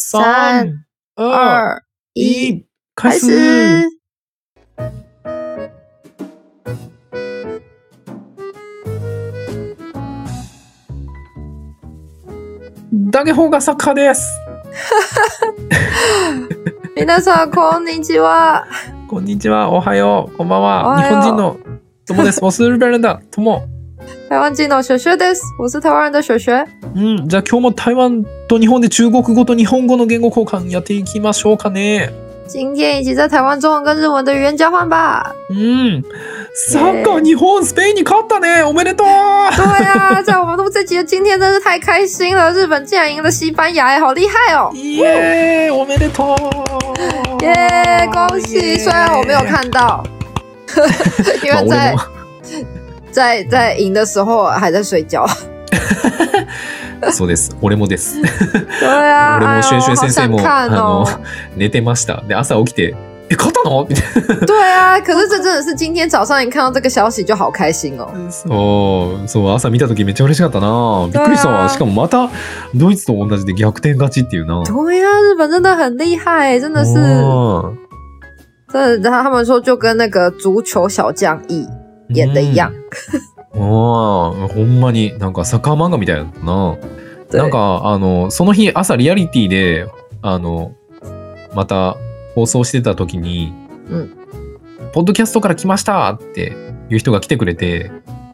3、2、1、開始。大家好がサッカーです。 皆さんこんにちは。 こんにちは、おはよう、こんばんは。日本人の友です。我是日本人的友。 台湾人の雪雪です。我是台湾人的雪雪。 じゃあ今日も台湾と日本で中国語と日本語の言語交換やっていきましょうかね。 今天一起在台湾中文跟日文的语言交换吧。 サッカー日本スペインに勝ったね，おめでとう。 对啊，在我们录这集的今天真是太开心了，日本竟然赢了西班牙，好厉害哦！ 耶，おめでとう。 耶，恭喜！虽然我没有看到，因为在赢的时候还在睡觉。 そうです。俺もです。 对啊， 俺もシュエシュエ先生も、 哦、 寝てました。で朝起きて。勝ったのみたいな。 对啊，可是这真的是今天早上一看到这个消息就好开心哦。 そう朝見た時めっちゃ嬉しかったな。びっくりしたわ。しかもまたドイツと同じで逆転勝ちっていうな。 对啊，日本真的很厉害，真的是。真的，他们说就跟那个足球小将翼演的一样。 ほんまになんかサッカー漫画みたいだな。なんかその日朝リアリティでまた放送してた時に、ポッドキャストから来ましたっていう人が来てくれて、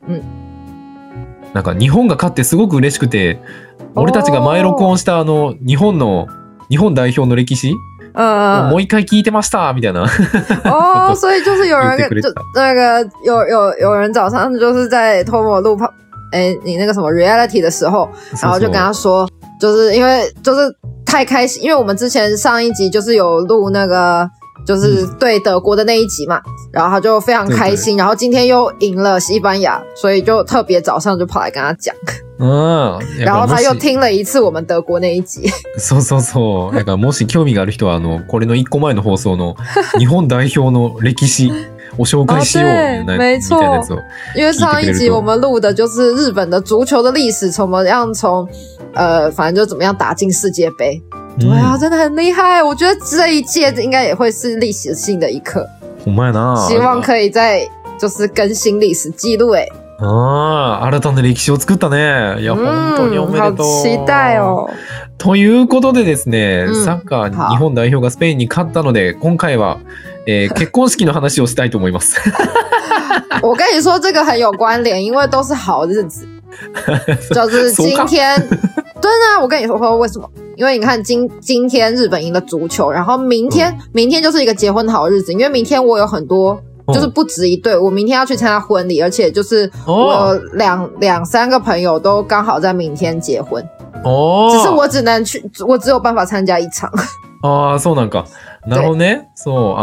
なんか日本が勝ってすごく嬉しくて、俺たちが前録音した日本代表の歴史もう一回聞いてましたみたいな。 哦，所以就是有人就那个有人早上就是在偷我录你那个什么 reality 的时候，然后就跟他说，就是因为就是太开心，因为我们之前上一集就是有录那个就是对德国的那一集嘛，然后他就非常开心，然后今天又赢了西班牙，所以就特别早上就跑来跟他讲。然后他又听了一次我们德国那一集。 そう。だからもし興味がある人はこれの1個前の放送の日本代表の歴史我紹介しよう没错，因为上一集我们录的就是日本的足球的历史，怎么样从反正就怎么样打进世界杯。对啊，真的很厉害。我觉得这一届应该也会是历史性的一刻。 ほんまやな。 希望可以再就是更新历史记录诶。 新たな歴史を作ったね。いや本当におめでとう。 好期待哦。 ということでですね、サッカー日本代表がスペインに勝ったので、今回は結婚式の話をしたいと思います。 我跟你说这个很有关联，因为都是好日子。就是今天对啊，我跟你说为什么？因为你看今天日本赢了足球，然后明天就是一个结婚的好日子，因为明天我有很多就是不止一对，我明天要去参加婚礼，而且就是我有两三个朋友都刚好在明天结婚。只是我只有办法参加一場。 そうなんか。なるほどね。そう、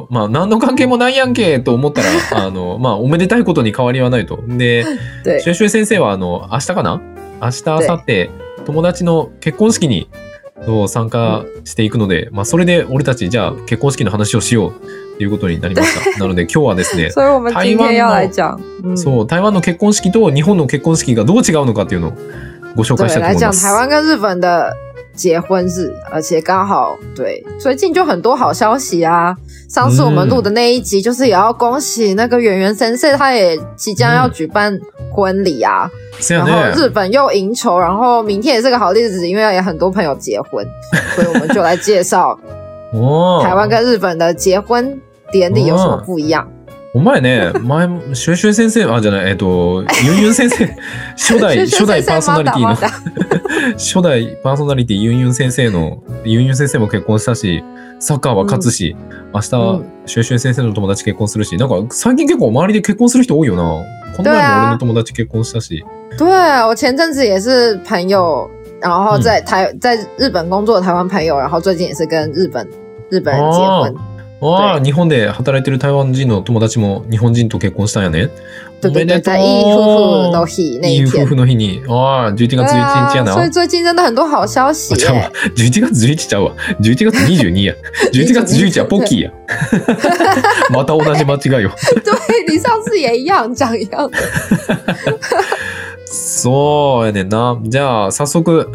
何の関係もないやんけと思ったら、おめでたいことに変わりはないと。で、シュエシュエ先生は明日かな？明日、明後日、友達の結婚式に参加していくので、それで俺たちじゃあ結婚式の話をしようっていうことになりました。なので今日はですね、台湾の結婚式と日本の結婚式がどう違うのかっていうのをご紹介したいと思います。 台湾跟日本的结婚日，而且刚好对最近就很多好消息啊。上次我们录的那一集就是也要恭喜那个圆圆先生，他也即将要举办婚礼啊。然后日本又赢球，然后明天也是个好日子，因为也很多朋友结婚，所以我们就来介绍台湾跟日本的结婚典礼有什么不一样。 お前ね、シュエシュエ先生、じゃない、ユンユン先生、初代パーソナリティの、初代パーソナリティユンユン先生も結婚したし、サッカーは勝つし、明日、シュエシュエ先生の友達結婚するし、なんか最近結構周りで結婚する人多いよな。この前も俺の友達結婚したし。 对啊，我前阵子也是朋友，然后在日本工作的台湾朋友，然后最近也是跟日本人结婚。 日本で働いてる台湾人の友達も日本人と結婚したんやね。 对对对，在いい夫婦の日那一天。 いい夫婦の日に。11月11日やな。 所以最近真的很多好消息耶。 11月11ちゃうわ。11月22や。11月11はポッキーや。また同じ間違いを。 对，你上次也一样讲一样的。 そうやねんな。じゃあ早速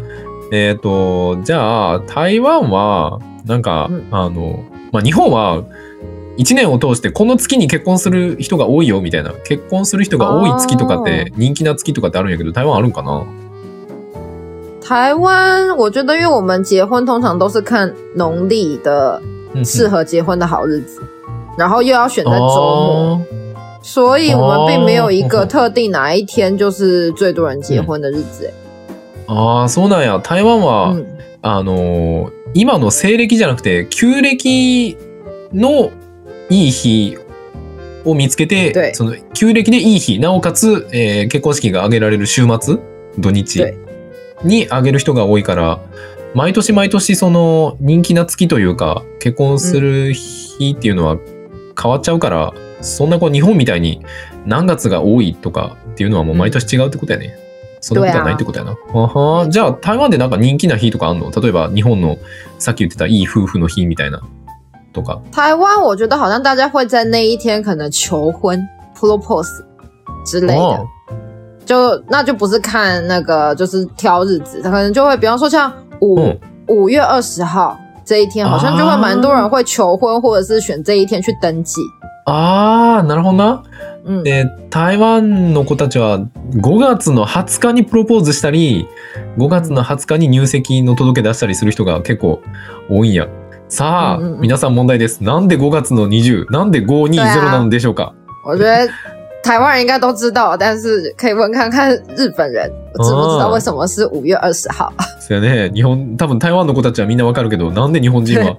じゃあ、台湾は、なんか、まあ、日本は、1年を通してこの月に結婚する人が多いよみたいな、結婚する人が多い月とかって人気な月とかってあるんやけど、台湾あるんかな？ 台湾我觉得因为我们结婚通常都是看农历的适合结婚的好日子，然后又要选在周末，所以我们并没有一个特定哪一天就是最多人结婚的日子。 ああ、そうなんや。台湾は、今の西暦じゃなくて旧暦のいい日を見つけて、その旧暦でいい日、なおかつ、結婚式が挙げられる週末、土日に挙げる人が多いから、毎年毎年その人気な月というか、結婚する日っていうのは変わっちゃうから、そんなこう日本みたいに何月が多いとかっていうのはもう毎年違うってことやね。そんなことはないってことやな。じゃあ台湾でなんか人気な日とかあんの？例えば日本のさっき言ってたいい夫婦の日みたいな。 台湾我觉得好像大家会在那一天可能求婚 propose 之类的，那就不是看那个就是挑日子，可能就会比方说像5月20号这一天，好像就会蛮多人会求婚或者是选这一天去登記。 ああ、なるほどな。台湾の子たちは5月の20日にプロポーズしたり、5月の20日に入籍の届け出したりする人が結構多いんや。さあ、皆さん問題です。なんで5月の20、なんで520なのでしょうか？ 我觉得台湾人应该都知道，但是可以问看看日本人，知不知道为什么是5月20号？ そうやね。多分台湾の子たちはみんなわかるけど、なんで日本人は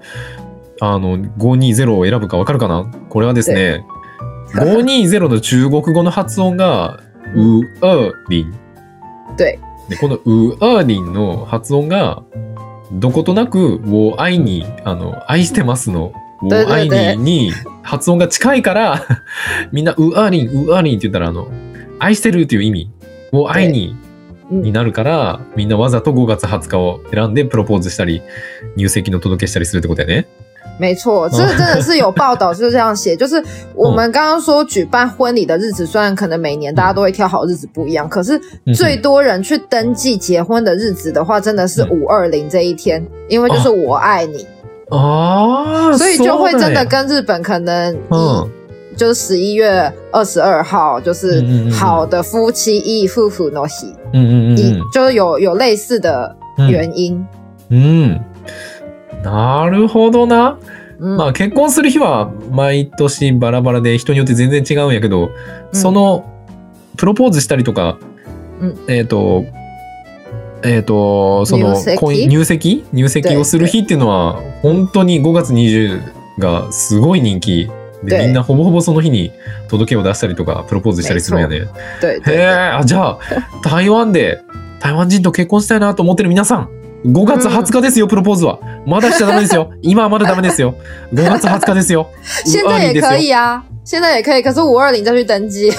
520を選ぶかわかるかな？これはですね、520の中国語の発音がウーリン。 で、 このウーリンの発音がどことなくを愛に愛してますのを愛に発音が近いからみんなウアーリンって言ったら愛してるっていう意味を愛になるからみんなわざと5月20日を選んでプロポーズしたり入籍の届けしたりするってことやね。 没错，这真的是有报道就是这样写，就是我们刚刚说举办婚礼的日子，虽然可能每年大家都会挑好日子不一样，可是最多人去登记结婚的日子的话，真的是520这一天，因为就是我爱你所以就会真的跟日本可能就是11月22号就是好的夫妻いい夫婦の日，就是有类似的原因。 なるほどな。まあ結婚する日は毎年バラバラで人によって全然違うんやけど、そのプロポーズしたりとか、その入籍をする日っていうのは本当に5月20がすごい人気で、みんなほぼほぼその日に届けを出したりとかプロポーズしたりするんやね。じゃあ台湾人と結婚したいなと思ってる皆さん、5月20日ですよ、プロポーズは。まだしちゃダメですよ。今はまだダメですよ。5月20日ですよ。 现在也可以啊。现在也可以。可是520再去登記。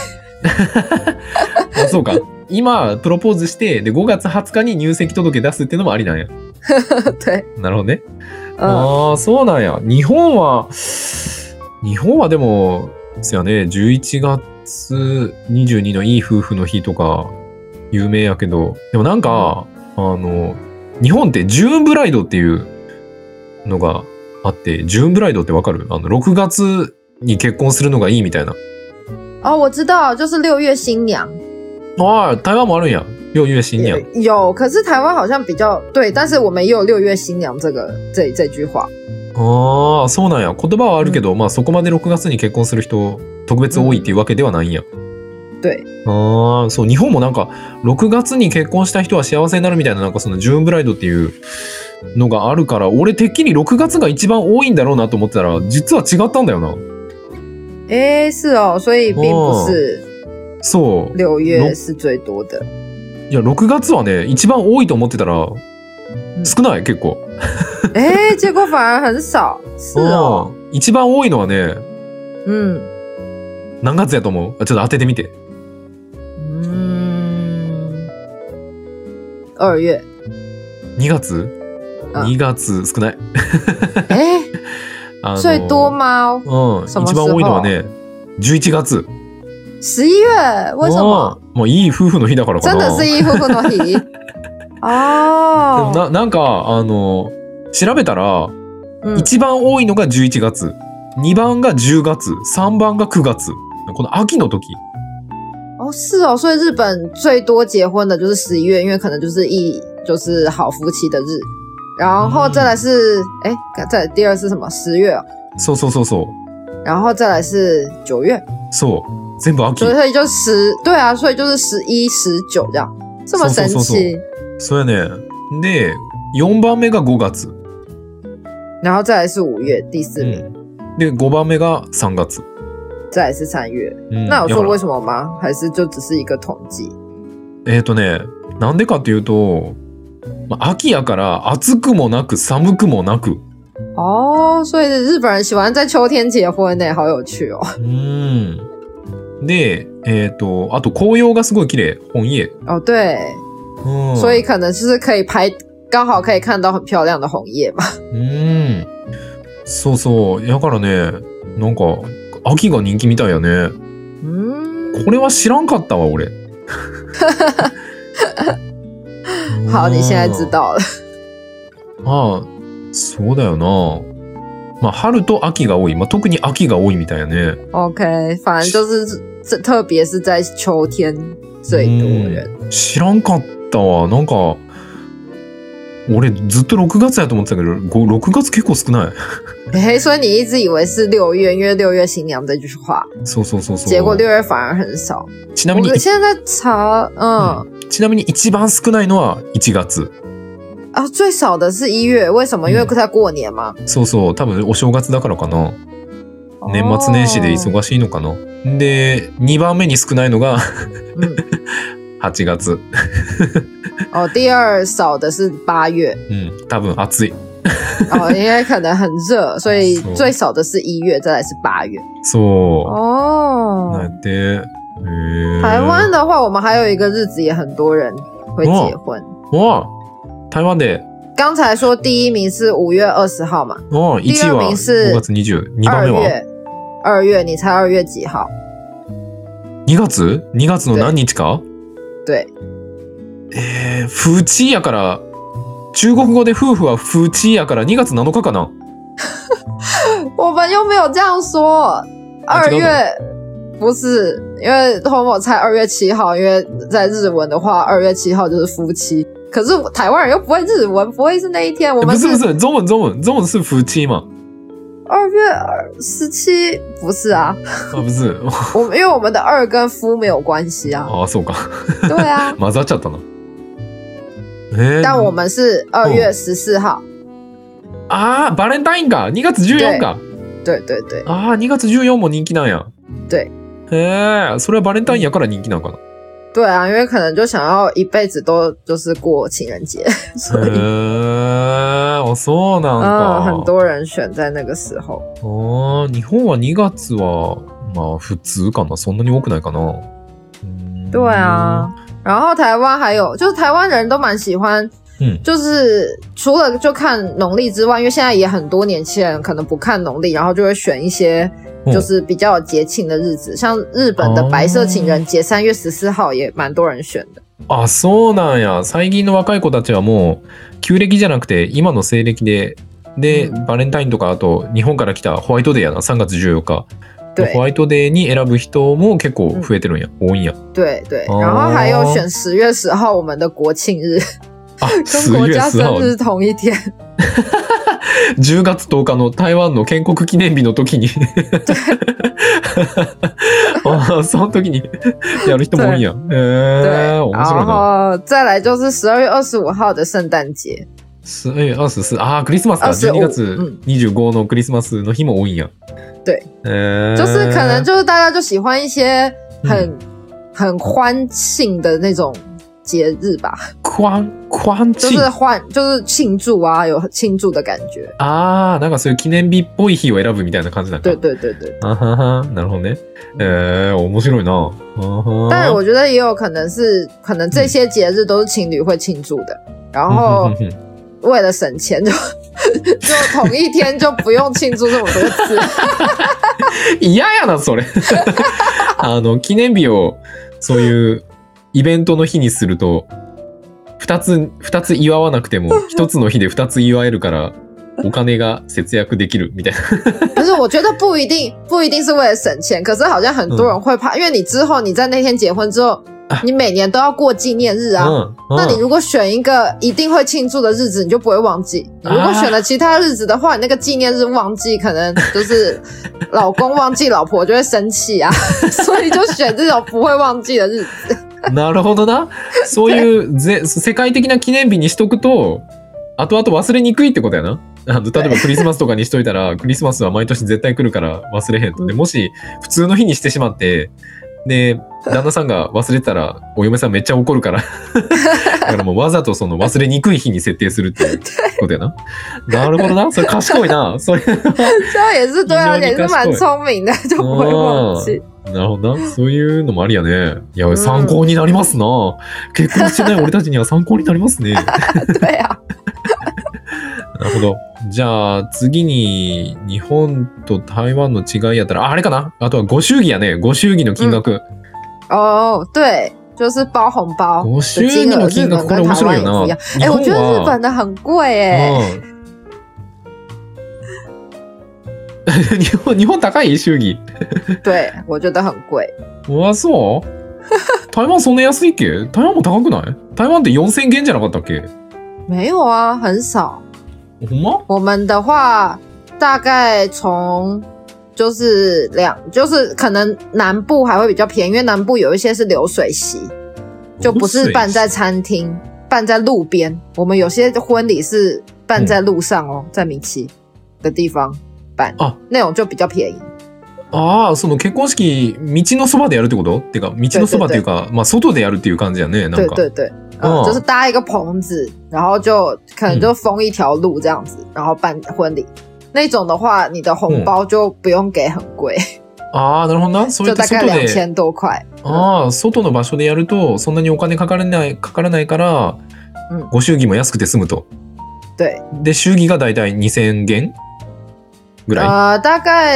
そうか。今プロポーズしてで5月20日に入籍届出すっていうのもありなんや。なるほどね。ああ、そうなんや。日本はでもですよね。11月22のいい夫婦の日とか有名やけど、でもなんか日本ってジューンブライドっていうのがあって、ジューンブライドってわかる？6月に結婚するのがいいみたいな。 我知道，就是6月新娘。 台湾もあるんや。6月新娘。 有，可是台湾好像比较对，但是我们也有6月新娘这句話。 そうなんや。言葉はあるけど、まあそこまで6月に結婚する人特別多いっていうわけではないんや。 对。 そう、日本もなんか6月に結婚した人は幸せになるみたいな、なんかそのジューンブライドっていうのがあるから、俺てっきり6月が一番多いんだろうなと思ってたら、実は違ったんだよな。 是哦，所以并不是。 そう。 6月是最多的。 いや、6月はね、一番多いと思ってたら、少ない、結構。 結果反而很少。是哦。 一番多いのはね、何月やと思う？ちょっと当ててみて。 2月。 2月？2月少ない。 最多吗？ 一番多いのはね、11月。 11月？为什么？ もういい夫婦の日だからかな。 真的是いい夫婦の日？ ああ。 なんか、調べたら、一番多いのが11月、2番が10月、3番が9月。この秋の時。 哦，是哦，所以日本最多结婚的就是11月，因为可能就是好夫妻的日。然后再来是，再来第二是什么？10月哦。 そうそうそうそう。 然后再来是9月。 そう。全部秋。 所以就对啊，所以就是11、19这样。这么神奇。 そうやね。で、4番目が5月。 然后再来是5月，第4名。 で、5番目が3月。 再来是3月。那有说为什么吗？还是就只是一个统计？ なんでかっていうと、秋やから暑くもなく寒くもなく。 哦，所以日本人喜欢在秋天结婚ね，好有趣哦。 で、あと紅葉がすごい綺麗、红叶。 哦，对。所以可能就是可以刚好可以看到很漂亮的红叶嘛。 そうそう。だからね、なんか秋が人気みたいやね。これは知らんかったわ、俺。 好，你现在知道了。 ああ、そうだよな。春と秋が多い。特に秋が多いみたいやね。 OK，反正就是特別是在秋天最多人。 知らんかったわ。なんか俺ずっと6月やと思ってたけど、6月結構少ない。 所以你一直以为是6月，因为6月新娘这句话。 そう。 结果6月反而很少。 ちなみに我现在在查， ちなみに一番少ないのは1月。 啊，最少的是1月，为什么？因为在过年嘛。 そう。多分お正月だからかな。年末年始で忙しいのかな。で、2番目に少ないのが8月。 第二少的是8月。 多分暑い。 因为可能很热，所以最少的是1月，再来是8月。 そう。なんで、 台湾的话，我们还有一个日子也很多人会结婚。 哇，台湾で。 刚才说第一名是5月20号嘛。 第二名是 5月20。2番目は 2月，你猜2月几号 ？2月 ?2 月の何日か？ 对。 夫妻やから、中国語で夫婦は夫妻やから2月7日かな。 我们又没有这样说。2月不是，因为Tomo猜2月7号，因为在日文的话2月7号就是夫妻。可是台湾人又不会日文，不会是那一天。我们不是中文是夫妻嘛 ？2月17不是啊。 不是。 因为我们的2跟夫没有关系啊。 そうか。 对啊。 混ざっちゃったな。 但我们是2月14号。 バレンタインか。2月14か。 对。 2月14も人気なんや。 对。 それはバレンタインやから人気なんかな。 对啊，因为可能就想要一辈子都就是过情人节，所以そうなんか。 很多人选在那个时候。 日本は2月は普通かな。そんなに多くないかな。 对啊。然后台湾还有就是台湾人都蛮喜欢，就是除了就看农历之外，因为现在也很多年轻人可能不看农历，然后就会选一些就是比较有节庆的日子，像日本的白色情人节3月14号也蛮多人选的。 そうなんや。最近の若い子たちはもう旧暦じゃなくて今の西暦で、バレンタインとかあと日本から来たホワイトデーやな、3月14日。ホワイトデーに選ぶ人も結構増えてるんや、多いんや。 对。然后还有选10月10号我们的国庆日，跟国家生日同一天。 10月10日の台湾の建国記念日の時にその時にやる人も多いんや。 对。 面白いな。 然后再来就是12月25号的圣诞节。 12月24。クリスマスか。12月25のクリスマスの日も多いんや。 对。就是可能就是大家就喜欢一些很欢庆的那种节日吧。 欢庆就是庆祝啊，有庆祝的感觉。 なんかそういう記念日っぽい日を選ぶみたいな感じなんか。 对。 なるほどね。面白いな。 但是我觉得也有可能这些节日都是情侣会庆祝的，然后为了省钱就同一天就不用庆祝这么多次。 嫌やなそれ。記念日をそういうイベントの日にすると 2つ祝わなくても1つの日で2つ祝えるからお金が節約できるみたいな。 可是我觉得不一定是为了省钱，可是好像很多人会怕，因为你之后你在那天结婚之后，你每年都要过纪念日啊。那你如果选一个一定会庆祝的日子，你就不会忘记。你如果选了其他日子的话，你那个纪念日忘记，可能就是老公忘记老婆就会生气啊。所以就选这种不会忘记的日子。 なるほどな。そういう世界的な記念日にしとくと後々忘れにくいってことやな。例えばクリスマスとかにしといたらクリスマスは毎年絶対来るから忘れへんと。でもし普通の日にしてしまってで旦那さんが忘れてたらお嫁さんめっちゃ怒るからだからもうわざとその忘れにくい日に設定するっていうことやな。なるほどな。それ賢いな。それ这样也是对啊，也是蛮聪明的，就不会忘记。 なるほどな。そういうのもありやね。いや、参考になりますな。結婚してない俺たちには参考になりますね。 对啊。 なるほど。じゃあ次に日本と台湾の違いやったらあれかな。あとはご祝儀やね。ご祝儀の金額。 哦，对，就是包红包。 ご祝儀の金額これ面白いよな。 我觉得日本的很贵耶。 日本高い祝儀。 对，我觉得很贵。 わ、そう？台湾そんな安いっけ？台湾も高くない？台湾って4000元じゃなかったっけ？ 没有啊，很少。 ほんま？ 我们的话大概从就是可能南部还会比较便宜，因为南部有一些是流水席，就不是办在餐厅，办在路边。我们有些婚礼是办在路上哦，在米奇的地方办，那种就比较便宜。 ああ、その結婚式道のそばでやるってこと？ってか道のそばっていうか、まあ外でやるっていう感じやね。なんか。 对对对。就是搭一个棚子，然后就可能就封一条路这样子，然后办婚礼。那种的话，你的红包就不用给很贵。 ああ、なるほどな。そういった外で。 就大概2000多块。 ああ、外の場所でやるとそんなにお金かからないから、ご祝儀も安くて済むと。 对。 で祝儀がだいたい2000元ぐらい。 大概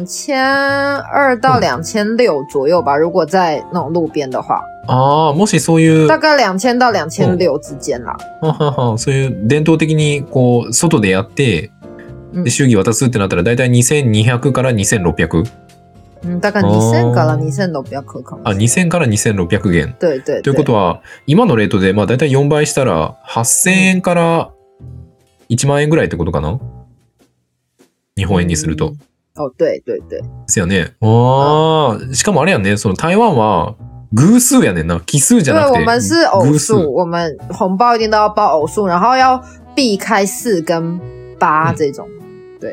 2200到2600左右吧。如果在那种路边的话。 ああ、もしそういう大概2000到2600之間啦。 そういう伝統的にこう外でやってで祝儀渡すってなったらだいたい2200から2600。 大概2000から2600かも。 2000から2600元。 对对。 ということは今のレートでまあだいたい4倍したら8000円から1万円ぐらいってことかな。日本円にすると。 对对对。 ですよね。しかもあれやね、その台湾は偶数やねんな。奇数じゃなくて。 对，我们是偶数，我们红包一定都要包偶数，然后要避开4跟8这种。对。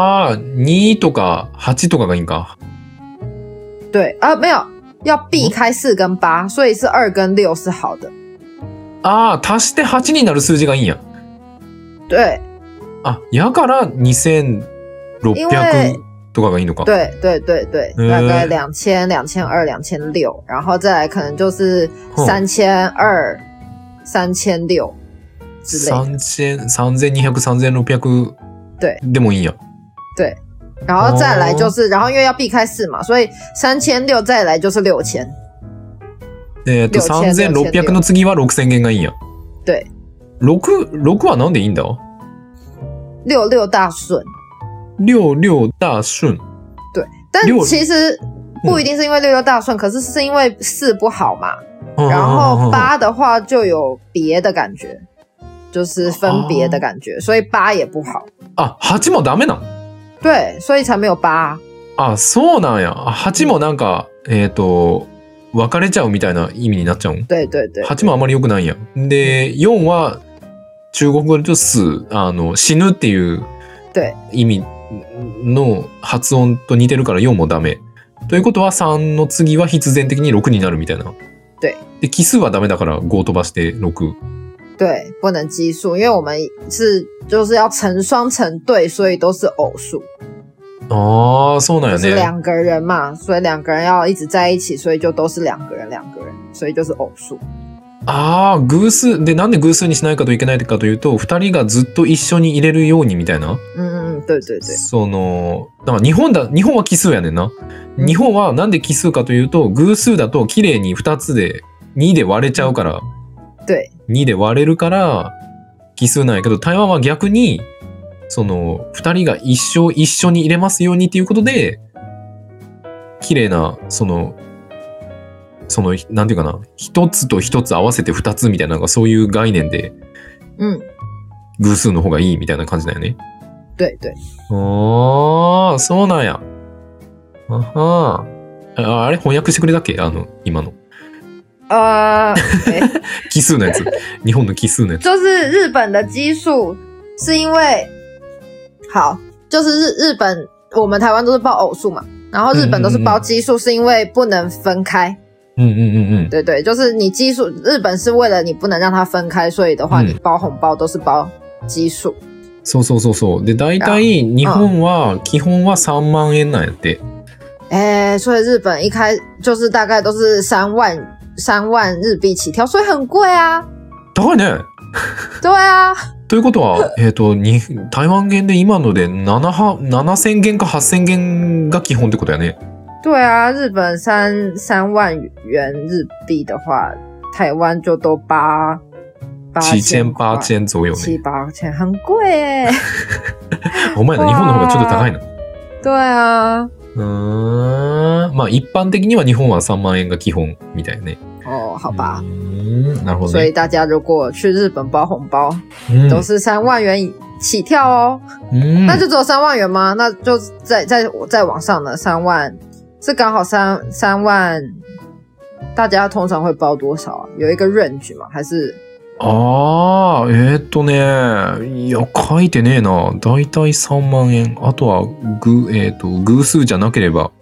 2とか8とかがいいんか。 对没有，要避开4跟8，所以是2跟6是好的。 足して8になる数字がいいんや。 对。 やから2600とかがいいのか。 对对对对，大概2000、2200、2600，然后再来可能就是3200、3600之类的。 3200、3600 对でもいいんや。 对，然后再来就是，然后因为要避开4嘛，所以3600再来就是6000。 3600の次は6000元がいいんや。 对。 6はなんでいいんだ ？66大顺。 66大顺。 对，但其实不一定是因为66大顺，可是是因为4不好嘛。然后8的话就有别的感觉，就是分别的感觉，所以8也不好。 8もダメなん？ 对，所以才没有8。 そうなんや。8もなんか分かれちゃうみたいな意味になっちゃうん？ 对对对。 8もあまり良くないんや。で4は中国語で言うと死ぬっていう意味の発音と似てるから4もダメ。ということは3の次は必然的に6になるみたいな。 对。 で奇数はダメだから5飛ばして6。 对，不能奇数，因为我们就是要成双成对，所以都是偶数。 そうなんやね。 就是2个人嘛，所以2个人要一直在一起，所以就都是2个人，所以就是偶数。 偶数でなんで偶数にしないかといけないかというと2人がずっと一緒に入れるようにみたいな。 对对对。 だから日本は奇数やねんな。日本はなんで奇数かというと偶数だと綺麗に2つで2で割れちゃうから 2で割れるから奇数なんやけど、台湾は逆にその2人が一緒に入れますようにっていうことで綺麗なそのなんていうかな、一つと一つ合わせて2つみたいな、なんかそういう概念で、偶数の方がいいみたいな感じだよね。 对对。 ああ、そうなんや。あれ翻訳してくれたっけ、今の。奇数のやつ。日本の奇数のやつ。 就是日本的奇数是因为好，就是日本我们台湾都是报偶数嘛，然后日本都是报奇数，是因为不能分开。对对，就是你奇数，日本是为了你不能让它分開，所以的話、你包紅包都是包奇数。 そうそうそうそう。で、大体日本は基本は3万円なんやって。 所以日本一開就是大概都是3萬日幣起跳，所以很貴啊。 高いね。 对啊。 ということは、台湾元で今ので7000元か8000元が基本ってことやね。 对啊，日本3万元日币的话，台湾就都 7000左右ね。 7、8千很貴耶。 お前ら日本の方がちょっと高いの。 对啊。 まあ一般的には日本は3万円が基本みたいね。 好吧。 なるほどね。 所以大家如果去日本包红包，都是3万元起跳哦。那就只有3万元吗？那就再往上呢，3万。是刚好3万，大家通常会包多少啊？有一个 range 吗？还是？ いや書いてねえな。だいたい3万円。あとは偶数じゃなければ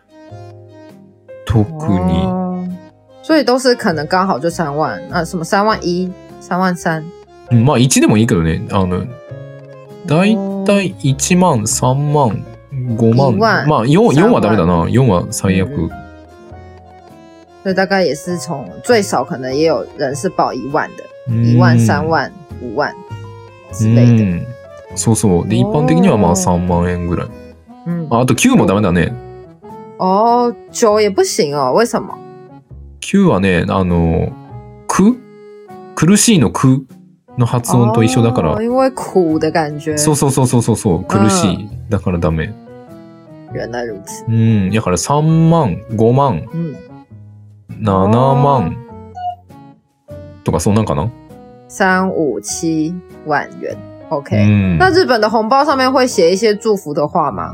特に。 所以都是可能刚好就3万啊，什么3万1、3万3。 まあ1でもいいけどね。だいたい1万、3万。5万。まあ 4はダメだな。4は最悪。 所以大概也是从最少可能也有人是报1万的，1万、3万、5万之类的。 そうそう。で一般的にはまあ3万円ぐらい。あと9もダメだね。 9也不行哦。为什么 ？9はね、苦しいの苦の発音と一緒だから。 因为苦的感觉。 そうそうそうそうそう。苦しい。だからダメ。 原来如此。 だから3万、5万、7万とかそんなんかな。 3、5、7万元。OK。那日本的红包上面会写一些祝福的话吗？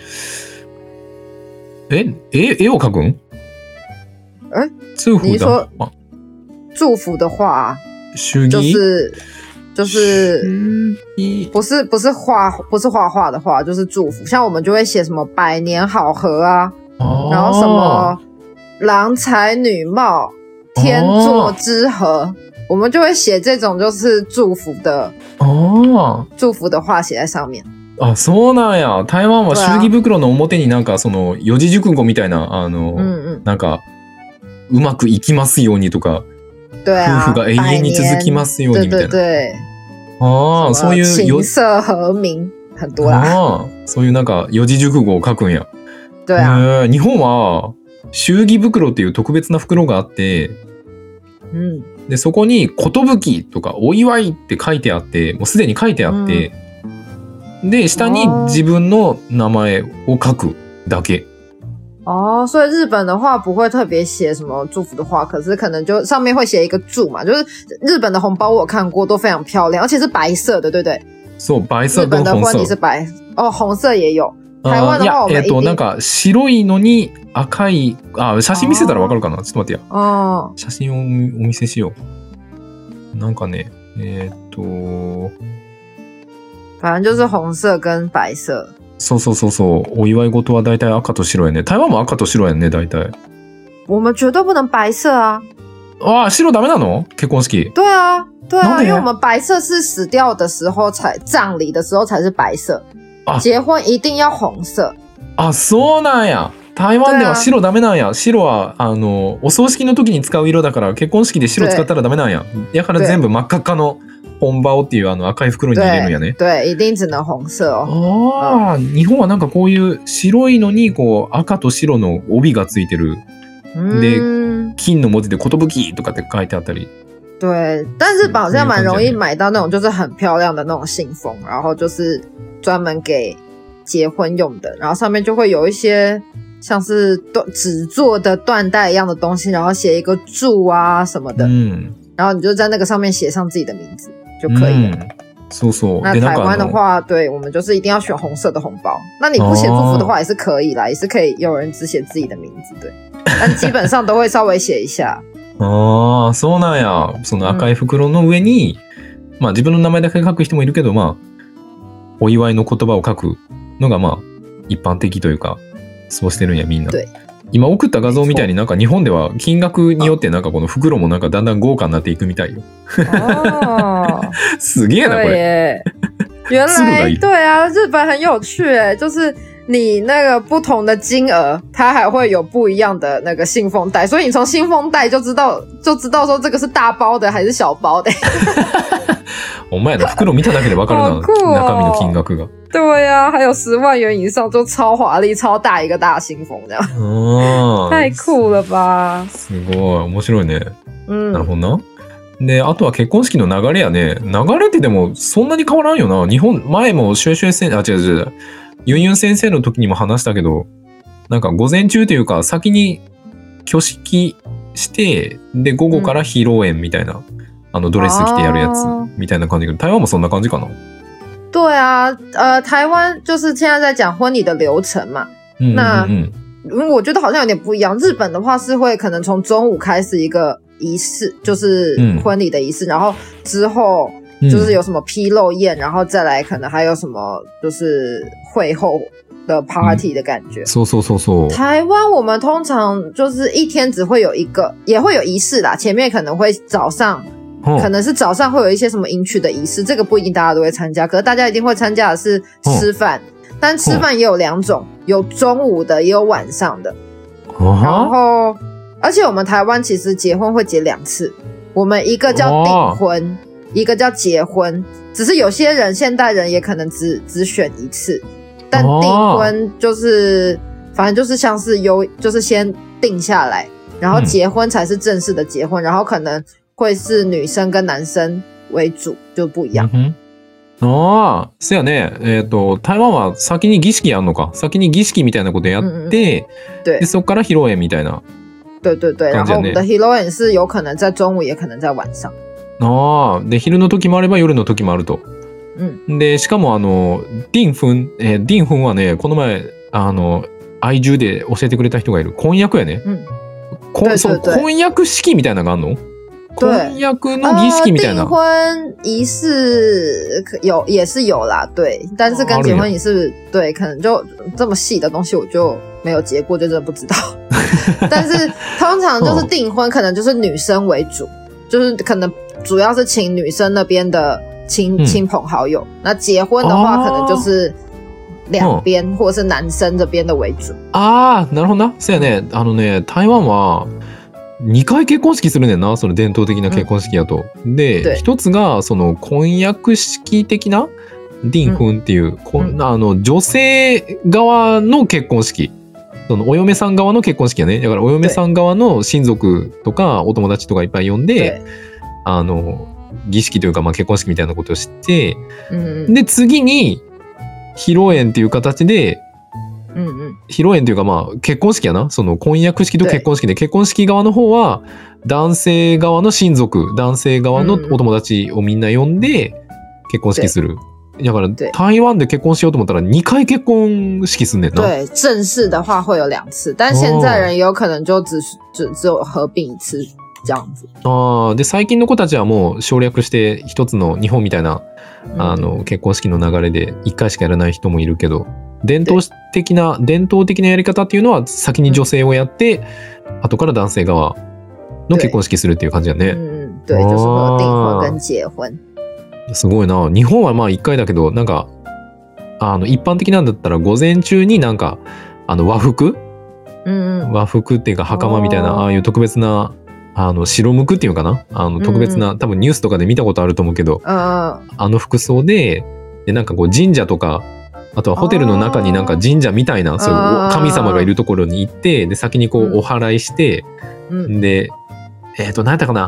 絵を描くん？祝福你说祝福的话， 祝儀就是不是画画的话，就是祝福。像我们就会写什么百年好合啊，然后什么郎才女貌、天作之合，我们就会写这种就是祝福的话写在上面。 あ、そうなんや。台湾は祝儀袋の表になんかその四字熟語みたいななんかうまくいきますようにとか。夫婦が永遠に続きますようにみたいな。 对。 そういう琴瑟和鳴很多啦。 そういうなんか四字熟語を書くんや。 对啊。 日本は祝儀袋っていう特別な袋があって、でそこに寿とかお祝いって書いてあって、もうすでに書いてあって、で下に自分の名前を書くだけ。 所以日本的话不会特别写什么祝福的话，可是可能就上面会写一个祝嘛，就是日本的红包我有看过都非常漂亮，而且是白色的，对不对？ そう、白色と日本的婚礼是白，紅色也有。台湾的話我们なんか白いのに赤い、写真見せたらわかるかな？ちょっと待ってや。写真をお見せしよう。なんかね、 反正就是紅色跟白色。 そうそうそうそう。お祝い事は大体赤と白やね。台湾も赤と白やね、大体。 我们绝对不能白色啊。 白ダメなの？結婚式。 对啊，因为我们白色是死掉的时候才，葬礼的时候才是白色。結婚一定要紅色。 そうなんや。台湾では白ダメなんや。白はお葬式の時に使う色だから結婚式で白使ったらダメなんや。だから全部真っ赤っかの本場をっていう赤い袋に入れるんやね。 对、一定只能紅色哦。 日本はなんかこういう白いのにこう赤と白の帯がついてる。で、金の文字で寿とかって書いてあったり对，但日本好像蛮容易买到那种就是很漂亮的那种信封，然后就是专门给结婚用的，然后上面就会有一些像是纸做的缎带一样的东西，然后写一个祝啊什么的，然后你就在那个上面写上自己的名字就可以了。 そうそう。 那台湾的话，对，我们就是一定要选红色的红包。那你不写祝福的话也是可以啦，也是可以有人只写自己的名字，对。但基本上都会稍微写一下。 ああ、そうなんや。その赤い袋の上に、まあ自分の名前だけ書く人もいるけど、まあお祝いの言葉を書くのがまあ一般的というか、そうしてるんやみんな。 对。 今送った画像みたいになんか日本では金額によってなんかこの袋もなんかだんだん豪華になっていくみたいよ。すげえなこれ。 原来对啊，日本很有趣诶，就是你那个不同的金额，它还会有不一样的那个信封袋，所以你从信封袋就知道说这个是大包的还是小包的。 お前の袋見ただけでわかるな、中身の金額が。 对啊，还有10万元以上就超华丽、超大一个大信封这样。太酷了吧！ すごい面白いね。なるほどな。で、あとは結婚式の流れやね。流れってでもそんなに変わらんよな。日本前もシュエシュエ先生、違う。ユンユン先生の時にも話したけど、なんか午前中というか先に挙式してで午後から披露宴みたいな、ドレス着てやるやつみたいな感じで、台湾もそんな感じかな。 对啊，台湾就是现在在讲婚礼的流程嘛。那我觉得好像有点不一样。日本的话是会可能从中午开始一个仪式，就是婚礼的仪式，然后之后就是有什么披露宴，然后再来可能还有什么就是会后的 party 的感觉。 そう。 台湾我们通常就是一天只会有一个，也会有仪式啦，前面可能会早上。可能是早上会有一些什么迎娶的仪式，这个不一定大家都会参加，可是大家一定会参加的是吃饭，但吃饭也有2种，有中午的也有晚上的。然后而且我们台湾其实结婚会结2次，我们一个叫订婚，一个叫结婚，只是有些人现代人也可能只选1次，但订婚就是反正就是像是就是先定下来，然后结婚才是正式的结婚，然后可能会是女生跟男生为主，就不一样。 ああ、そうやね。台湾は先に儀式やんのか。先に儀式みたいなことやって、でそこから披露宴みたいな。 对。然后我们的披露宴是有可能在中午，也可能在晚上。 ああ、で昼の時もあれば夜の時もあると。でしかもディンフンはね、この前愛中で教えてくれた人がいる。婚約やね。婚約式みたいなのがあんの？婚約の儀式みたいな。 订婚仪式也是有啦，对，但是跟结婚仪式对，可能就这么细的东西我就没有结过，就真的不知道。但是通常就是订婚可能就是女生为主，就是可能主要是请女生那边的亲朋好友，那结婚的话可能就是两边或者是男生这边的为主。 ああ、なるほどな。そうやね。台湾は2回結婚式するねんな、その伝統的な結婚式やと。で、一つがその婚約式的なディンフンっていう、女性側の結婚式、そのお嫁さん側の結婚式やね。だからお嫁さん側の親族とかお友達とかいっぱい呼んで、儀式というか結婚式みたいなことをして、で次に披露宴っていう形で。披露宴というか結婚式やな。その婚約式と結婚式で、結婚式側の方は男性側の親族、男性側のお友達をみんな呼んで結婚式する。だから台湾で結婚しようと思ったら2回結婚式すんねんな。 对，正式的话会有2次，但现在人有可能就只有合并1次这样子。 で最近の子たちはもう省略して一つの日本みたいな結婚式の流れで1回しかやらない人もいるけど。伝統的なやり方っていうのは先に女性をやって、後から男性側の結婚式するっていう感じだね。 对，就是会有订婚跟结婚。 すごいな。日本は1回だけど、なんか一般的なんだったら午前中になんか和服っていうか袴みたいな、ああいう特別な白むくっていうかな、特別な、多分ニュースとかで見たことあると思うけど、服装でなんかこう神社とか。あとはホテルの中になんか神社みたいな、そういう神様がいるところに行って、で先にこうお祓いして、で何やったかな、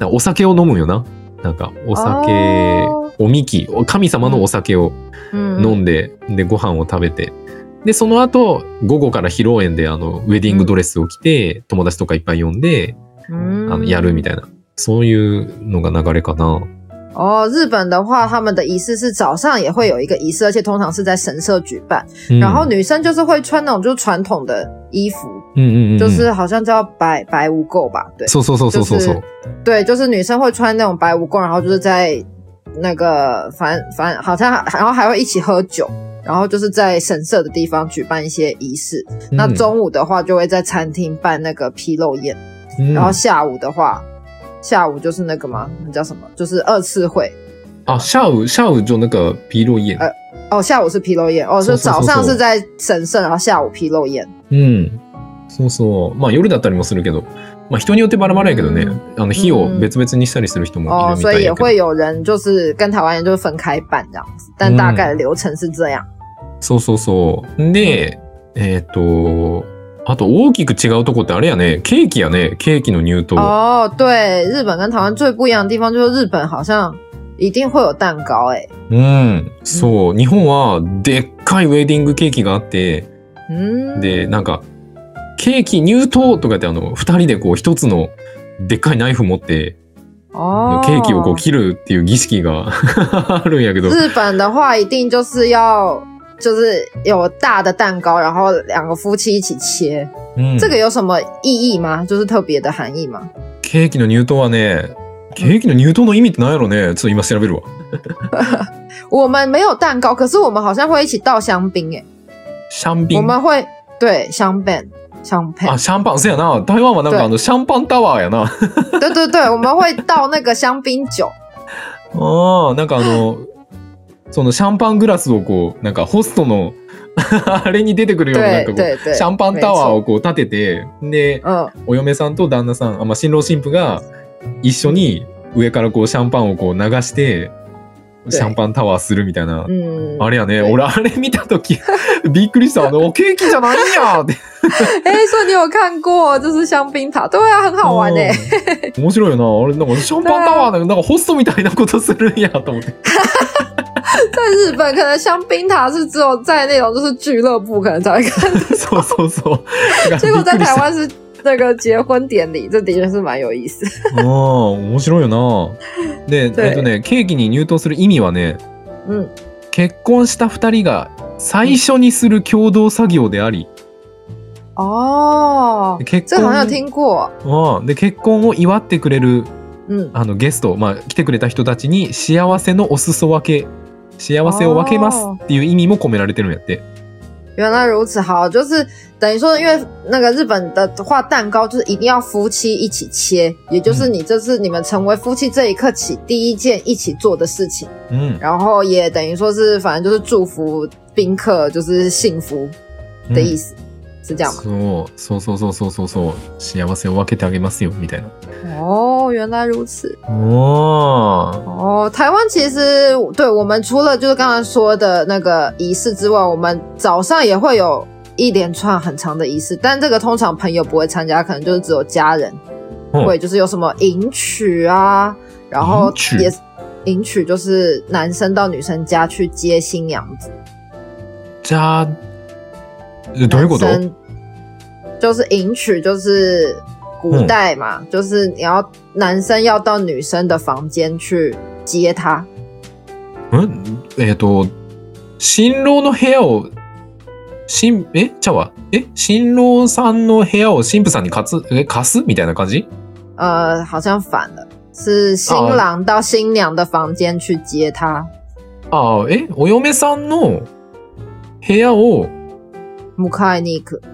お酒を飲むよな。なんかお酒、おみき、神様のお酒を飲んで、でご飯を食べて、でその後午後から披露宴でウェディングドレスを着て、友達とかいっぱい呼んで、やるみたいな、そういうのが流れかな。 哦，日本的话，他们的仪式是早上也会有一个仪式，而且通常是在神社举办。然后女生就是会穿那种就是传统的衣服，就是好像叫白无垢吧，对， そうそうそうそうそう， 对，就是女生会穿那种白无垢，然后就是在那个反正好像然后还会一起喝酒，然后就是在神社的地方举办一些仪式。那中午的话就会在餐厅办那个披露宴，然后下午的话。下午就是那个吗？那叫什么？就是二次会啊。下午就那个披露宴。 下午是披露宴。就早上是在神社，然后下午披露宴。 そうそう。まあ夜だったりもするけど、まあ人によってバラバラやけどね。日を別々にしたりする人もいるみたいやけど。 所以也会有人就是跟台湾人就是分开办这样子，但大概的流程是这样。 そうそうそう。で、あと大きく違うとこってあれやね、ケーキやね、ケーキの入刀。 对，日本跟台湾最不一样的地方就是日本好像一定会有蛋糕そう、日本はでっかいウェディングケーキがあって、でなんかケーキ入刀とかって2人でこう一つのでっかいナイフ持ってケーキをこう切るっていう儀式があるんやけど。 日本的话一定就是要。就是有大的蛋糕，然后两个夫妻一起切。这个有什么意义吗？就是特别的含义吗？ ケーキの入刀はね、ケーキの入刀の意味って何やろね？ちょっと今調べるわ。 我们没有蛋糕，可是我们好像会一起倒香槟耶。 香槟？ 我们会对香槟。 あ、シャンパン、そうやな。台湾はなんかシャンパンタワーやな。 对对对，我们会倒那个香槟酒。 なんかそのシャンパングラスをこうなんかホストのあれに出てくるようななんかこうシャンパンタワーをこう立てて、で、お嫁さんと旦那さん、新郎新婦が一緒に上からこうシャンパンをこう流してシャンパンタワーするみたいな、あれやね。俺あれ見た時びっくりした。ケーキじゃないんやって。 所以你有看过就是香槟塔？对啊，很好玩ね。 面白いよな。俺なんかシャンパンタワーなんかホストみたいなことするんやと思って。 在日本可能香槟塔是只有在那种就是俱乐部可能才会看得到。 そうそうそう。 结果在台湾是那个结婚典礼，这的确是蛮有意思。 面白いよな。で、ケーキに入刀する意味はね、結婚した2人が最初にする共同作業であり。 这好像有听过。 で、結婚を祝ってくれるゲスト、来てくれた人たちに幸せのお裾分け。幸せを分けますっていう意味も込められてるんやって。 原来如此，好，就是等于说，因为那个日本的话，蛋糕就是一定要夫妻一起切，也就是这是你们成为夫妻这一刻起第一件一起做的事情。然后也等于说是，反正就是祝福宾客，就是幸福的意思。是这样吗？ そう幸せを分けてあげますよみたいな。 原来如此。台湾其实对我们除了就是刚才说的那个仪式之外，我们早上也会有一连串很长的仪式，但这个通常朋友不会参加，可能就是只有家人会，就是有什么迎娶啊，然后也迎娶就是男生到女生家去接新娘子。 どういうこと？ 就是迎娶，就是古代嘛，就是男生要到女生的房间去接她。 新郎の部屋を新郎さんの部屋を新婦さんに貸すみたいな感じ？ 好像反了，是新郎到新娘的房间去接她。 お嫁さんの部屋を迎えに行く。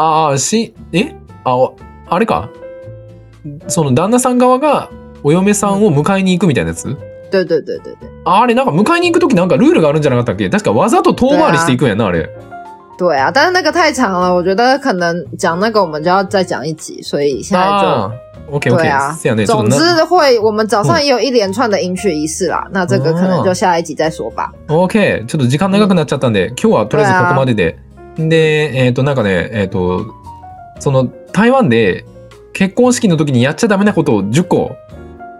あれか。その旦那さん側がお嫁さんを迎えに行くみたいなやつ？ 对。 あれなんか迎えに行くときなんかルールがあるんじゃなかったっけ？確かわざと遠回りしていくんやな、あれ。 对啊，但是那个太长了，我觉得可能讲那个我们就要再讲一集，所以现在就。 OK， 对啊，总之我们早上也有一连串的迎娶仪式啦，那这个可能就下一集再说吧。 OK， ちょっと時間長くなっちゃったんで、今日はとりあえずここまでで。で、なんかね、その台湾で結婚式の時にやっちゃダメなことを10個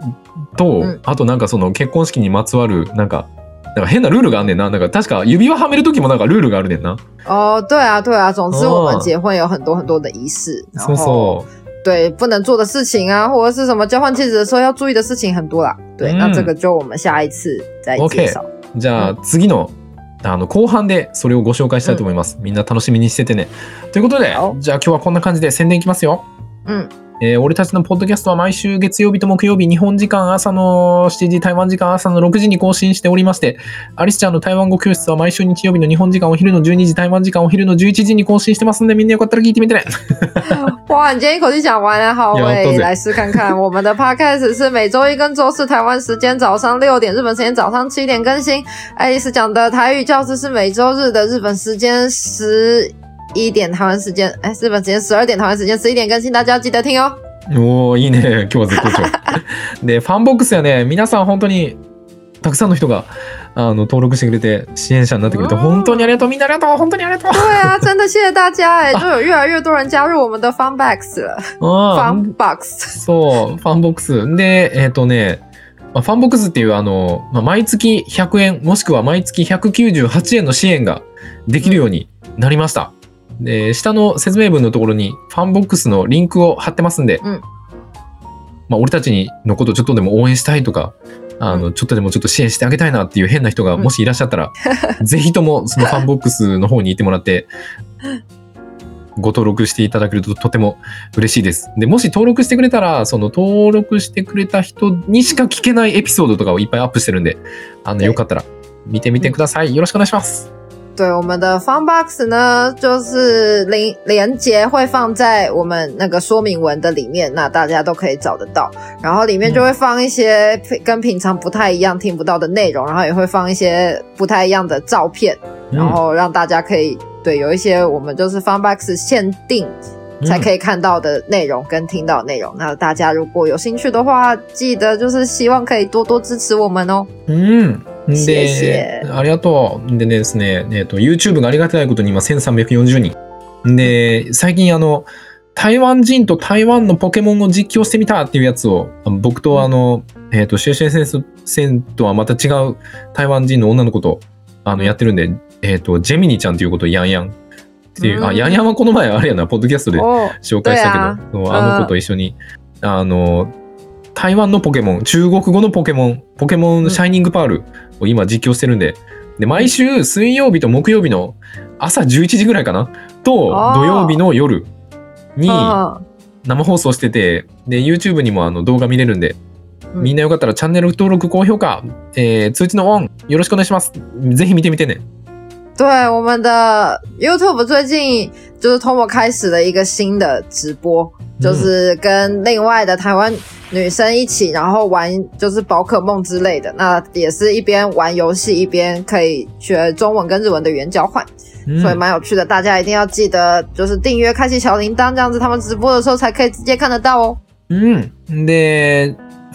と、あとなんかその結婚式にまつわるなんか変なルールがあんねんな。なんか確か指輪はめる時もなんかルールがあるねんな。 哦，对啊，对啊，总之我们结婚有很多很多的仪式，然后对不能做的事情啊，或者是什么交换戒指的时候要注意的事情很多啦。对，那这个就我们下一次再介紹。 じゃあ次の後半でそれをご紹介したいと思います。みんな楽しみにしててね。ということで、じゃあ今日はこんな感じで宣伝いきますよ。俺たちのポッドキャストは毎週月曜日と木曜日、日本時間朝の7時、台湾時間朝の6時に更新しておりまして、アリスちゃんの台湾語教室は毎週日曜日の日本時間お昼の12時、台湾時間お昼の11時に更新してますんで、みんなよかったら聞いてみてね。 哇，你今天一口气讲完了，好，我也来试看看。我们的 podcast 是每周一跟周四台湾时间早上6点，日本时间早上7点更新。爱丽丝讲的台语教室是每周日的日本时间11点台湾时間、日本時間12点台湾時間11点更新、大家要記得聽よ。 おー、いいね。今日は絶好調。で、ファンボックスやね、皆さん本当にたくさんの人が登録してくれて支援者になってくれて、本当にありがとう。みんなありがとう。本当にありがとう。 对啊，真的谢谢大家就有越来越多人加入我们的 Funbox 了。Funbox。 そう、ファンボックス。で、ファンボックスっていう毎月100円もしくは毎月198円の支援ができるようになりました。で、下の説明文のところにファンボックスのリンクを貼ってますんで、俺たちのことちょっとでも応援したいとか、ちょっとでもちょっと支援してあげたいなっていう変な人がもしいらっしゃったら、ぜひともそのファンボックスの方に行ってもらって、ご登録していただけるととても嬉しいです。で、もし登録してくれたら、その登録してくれた人にしか聞けないエピソードとかをいっぱいアップしてるんで、よかったら見てみてください。よろしくお願いします。 对，我们的 Funbox 呢，就是连结会放在我们那个说明文的里面，那大家都可以找得到。然后里面就会放一些跟平常不太一样、听不到的内容，然后也会放一些不太一样的照片，然后让大家可以对有一些我们就是 Funbox 限定才可以看到的内容跟听到的内容。那大家如果有興趣的話，記得就是希望可以多多支持我們哦。 で、ありがとう。でですね、YouTube がありがたいことに今1340人。で、最近台湾人と台湾のポケモンを実況してみたっていうやつを、僕とシュエシュエ先生とはまた違う台湾人の女の子とやってるんで、ジェミニちゃんということをヤンヤンっていう、ヤンヤンはこの前あれやな、ポッドキャストで紹介したけど、あの子と一緒に、台湾のポケモン、中国語のポケモンシャイニングパールを今実況してるんで、毎週水曜日と木曜日の朝11時ぐらいかなと土曜日の夜に生放送してて、で YouTube にも動画見れるんで、みんなよかったらチャンネル登録、高評価、通知のオンよろしくお願いします。ぜひ見てみてね。 对，我们的 YouTube 最近就是 Tomo 开始了一个新的直播，就是跟另外的台湾女生一起，然后玩就是宝可梦之类的，那也是一边玩游戏一边可以学中文跟日文的语言交换，所以蛮有趣的，大家一定要记得就是订阅开启小铃铛，这样子他们直播的时候才可以直接看得到哦。 で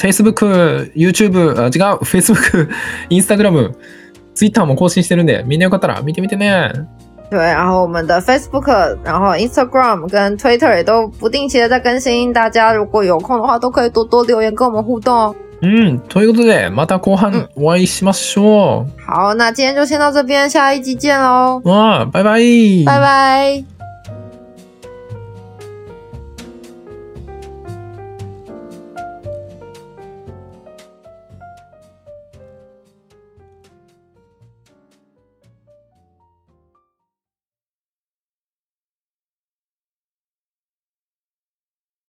Facebook、YouTube、違う Facebook、Instagram、Twitter も更新してるんで、みんなよかったら見てみてね。 对，然后我们的 Facebook， 然后 Instagram 跟 Twitter 也都不定期的在更新，大家如果有空的话都可以多多留言跟我们互动哦。 ということでまた後半お会いしましょう。 好，那今天就先到这边，下一集见喽。 拜拜。 拜拜。